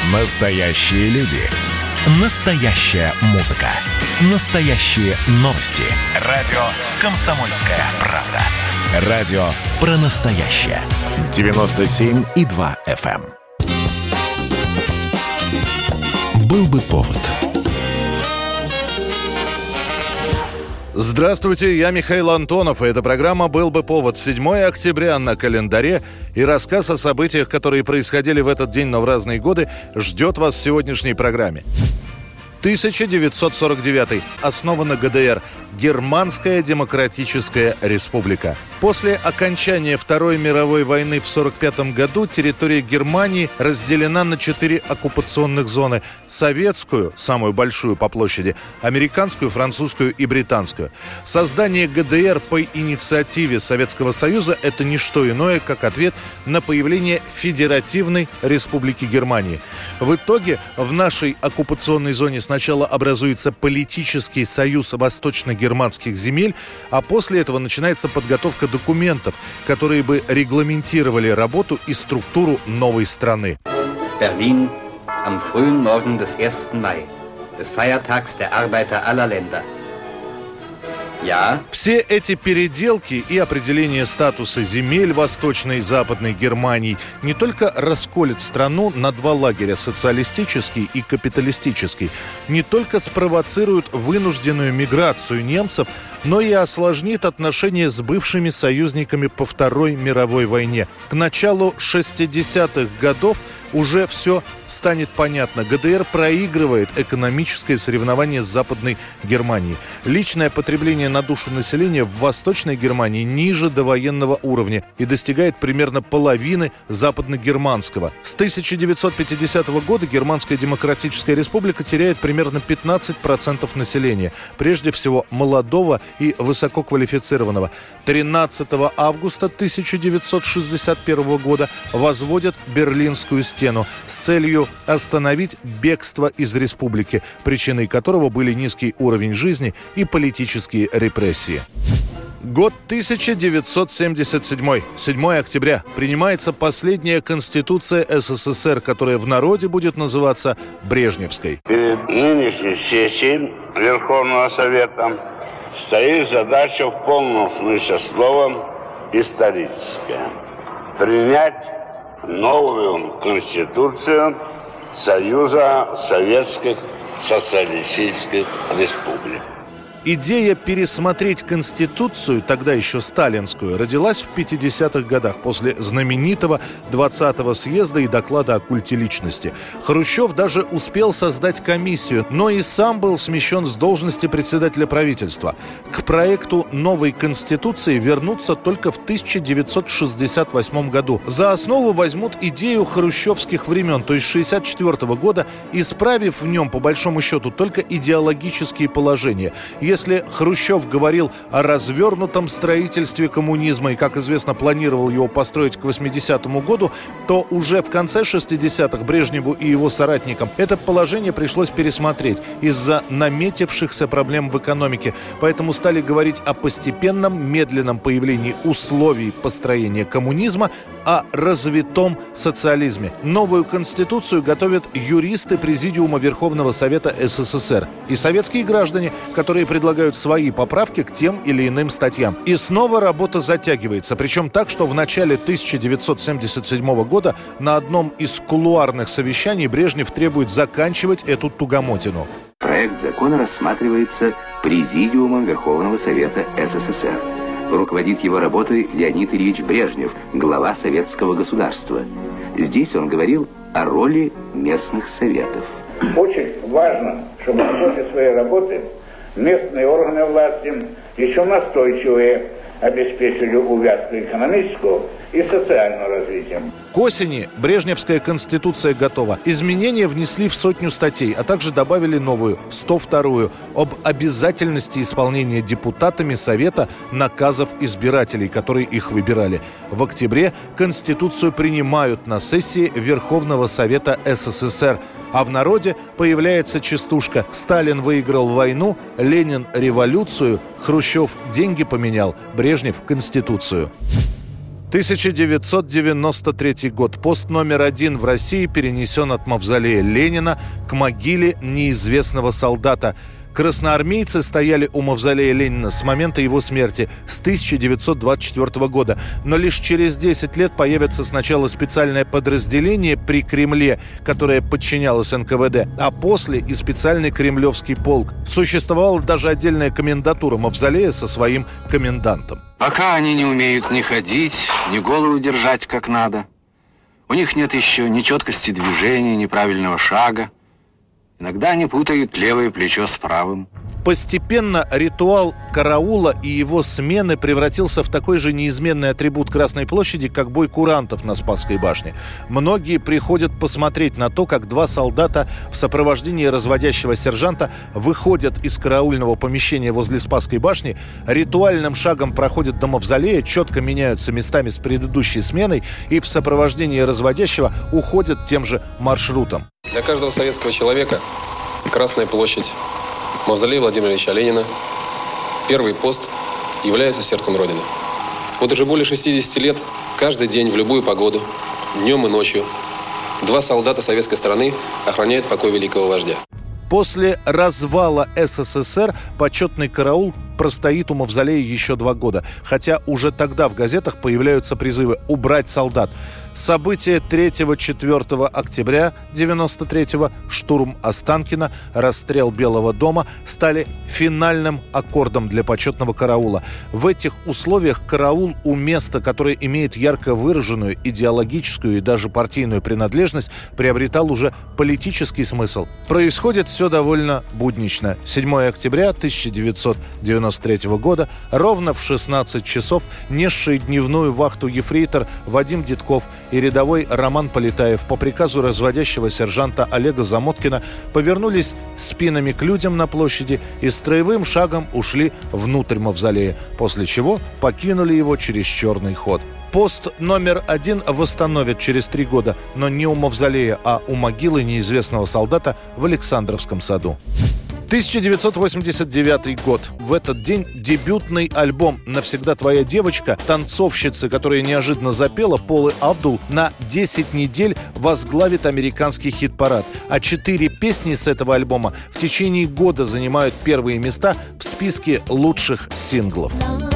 Настоящие люди. Настоящая музыка. Настоящие новости. Радио «Комсомольская правда». Радио про настоящее. 97,2 FM. Был бы повод. Здравствуйте, я Михаил Антонов, и эта программа «Был бы повод». 7 октября на календаре, и рассказ о событиях, которые происходили в этот день, но в разные годы, ждет вас в сегодняшней программе. 1949. Основана ГДР – Германская Демократическая Республика. После окончания Второй мировой войны в 1945 году территория Германии разделена на 4 оккупационных зоны. Советскую, самую большую по площади, американскую, французскую и британскую. Создание ГДР по инициативе Советского Союза – это не что иное, как ответ на появление Федеративной Республики Германии. В итоге в нашей оккупационной зоне сначала образуется политический союз восточно-германских земель, а после этого начинается подготовка документов, которые бы регламентировали работу и структуру новой страны. Berlin, am frühen Morgen des 1. Mai, des Feiertags der Arbeiter aller Länder. Все эти переделки и определение статуса земель Восточной и Западной Германии не только расколят страну на два лагеря – социалистический и капиталистический, не только спровоцируют вынужденную миграцию немцев, но и осложнит отношения с бывшими союзниками по Второй мировой войне. К началу 60-х годов уже все станет понятно. ГДР проигрывает экономическое соревнование с Западной Германией. Личное потребление на душу населения в Восточной Германии ниже довоенного уровня и достигает примерно половины западногерманского. С 1950 года Германская Демократическая Республика теряет примерно 15% населения. Прежде всего молодого и высококвалифицированного. 13 августа 1961 года возводят Берлинскую стену с целью остановить бегство из республики, причиной которого были низкий уровень жизни и политические репрессии. Год 1977. 7 октября. Принимается последняя Конституция СССР, которая в народе будет называться Брежневской. Перед нынешней сессией Верховного Совета стоит задача в полном смысле слова историческая. Принять новую Конституцию Союза Советских Социалистических Республик. Идея пересмотреть Конституцию, тогда еще сталинскую, родилась в 50-х годах после знаменитого 20-го съезда и доклада о культе личности. Хрущев даже успел создать комиссию, но и сам был смещен с должности председателя правительства. К проекту новой Конституции вернутся только в 1968 году. За основу возьмут идею хрущевских времен, то есть 1964 года, исправив в нем, по большому счету, только идеологические положения. Если Хрущев говорил о развернутом строительстве коммунизма и, как известно, планировал его построить к 80-му году, то уже в конце 60-х Брежневу и его соратникам это положение пришлось пересмотреть из-за наметившихся проблем в экономике. Поэтому стали говорить о постепенном, медленном появлении условий построения коммунизма, о развитом социализме. Новую Конституцию готовят юристы Президиума Верховного Совета СССР и советские граждане, которые предлагают свои поправки к тем или иным статьям. И снова работа затягивается, причем так, что в начале 1977 года на одном из кулуарных совещаний Брежнев требует заканчивать эту тугомотину. Проект закона рассматривается Президиумом Верховного Совета СССР. Руководит его работой Леонид Ильич Брежнев, глава советского государства. Здесь он говорил о роли местных советов. Очень важно, чтобы в ходе своей работы местные органы власти еще настойчивее обеспечили увязку экономического и социального развития. К осени Брежневская Конституция готова. Изменения внесли в 100 статей, а также добавили новую, 102-ю, об обязательности исполнения депутатами Совета наказов избирателей, которые их выбирали. В октябре Конституцию принимают на сессии Верховного Совета СССР. А в народе появляется частушка: «Сталин выиграл войну, Ленин революцию, Хрущев деньги поменял, Брежнев Конституцию». 1993 год. Пост номер 1 в России перенесен от мавзолея Ленина к могиле неизвестного солдата. Красноармейцы стояли у мавзолея Ленина с момента его смерти, с 1924 года. Но лишь через 10 лет появится сначала специальное подразделение при Кремле, которое подчинялось НКВД, а после и специальный кремлевский полк. Существовала даже отдельная комендатура мавзолея со своим комендантом. Пока они не умеют ни ходить, ни голову держать как надо. У них нет еще ни четкости движения, ни правильного шага. Иногда они путают левое плечо с правым. Постепенно ритуал караула и его смены превратился в такой же неизменный атрибут Красной площади, как бой курантов на Спасской башне. Многие приходят посмотреть на то, как два солдата в сопровождении разводящего сержанта выходят из караульного помещения возле Спасской башни, ритуальным шагом проходят до мавзолея, четко меняются местами с предыдущей сменой и в сопровождении разводящего уходят тем же маршрутом. Для каждого советского человека Красная площадь, мавзолей Владимира Ильича Ленина, первый пост являются сердцем Родины. Вот уже более 60 лет, каждый день, в любую погоду, днем и ночью, два солдата советской страны охраняют покой великого вождя. После развала СССР почетный караул простоит у мавзолея еще 2 года, хотя уже тогда в газетах появляются призывы убрать солдат. События 3-4 октября 1993-го, штурм Останкино, расстрел Белого дома стали финальным аккордом для почетного караула. В этих условиях караул у места, которое имеет ярко выраженную идеологическую и даже партийную принадлежность, приобретал уже политический смысл. Происходит все довольно буднично. 7 октября 1993 года, ровно в 16 часов, несший дневную вахту ефрейтор Вадим Дедков и рядовой Роман Полетаев по приказу разводящего сержанта Олега Замоткина повернулись спинами к людям на площади и строевым шагом ушли внутрь мавзолея, после чего покинули его через черный ход. Пост номер 1 восстановят через 3 года, но не у мавзолея, а у могилы неизвестного солдата в Александровском саду. 1989 год. В этот день дебютный альбом «Навсегда твоя девочка» танцовщицы, которая неожиданно запела, Полы Абдул, на 10 недель возглавит американский хит-парад. А 4 песни с этого альбома в течение года занимают первые места в списке лучших синглов.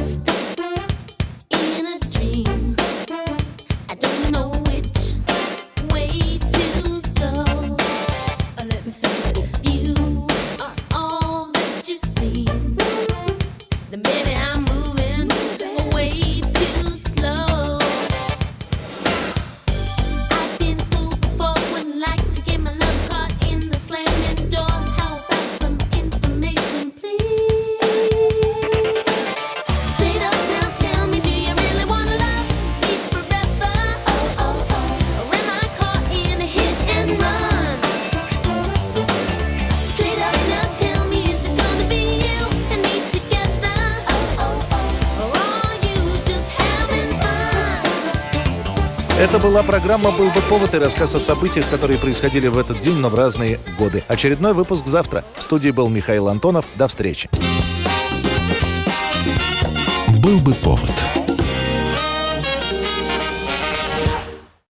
Это была программа «Был бы повод» и рассказ о событиях, которые происходили в этот день, но в разные годы. Очередной выпуск завтра. В студии был Михаил Антонов. До встречи. «Был бы повод».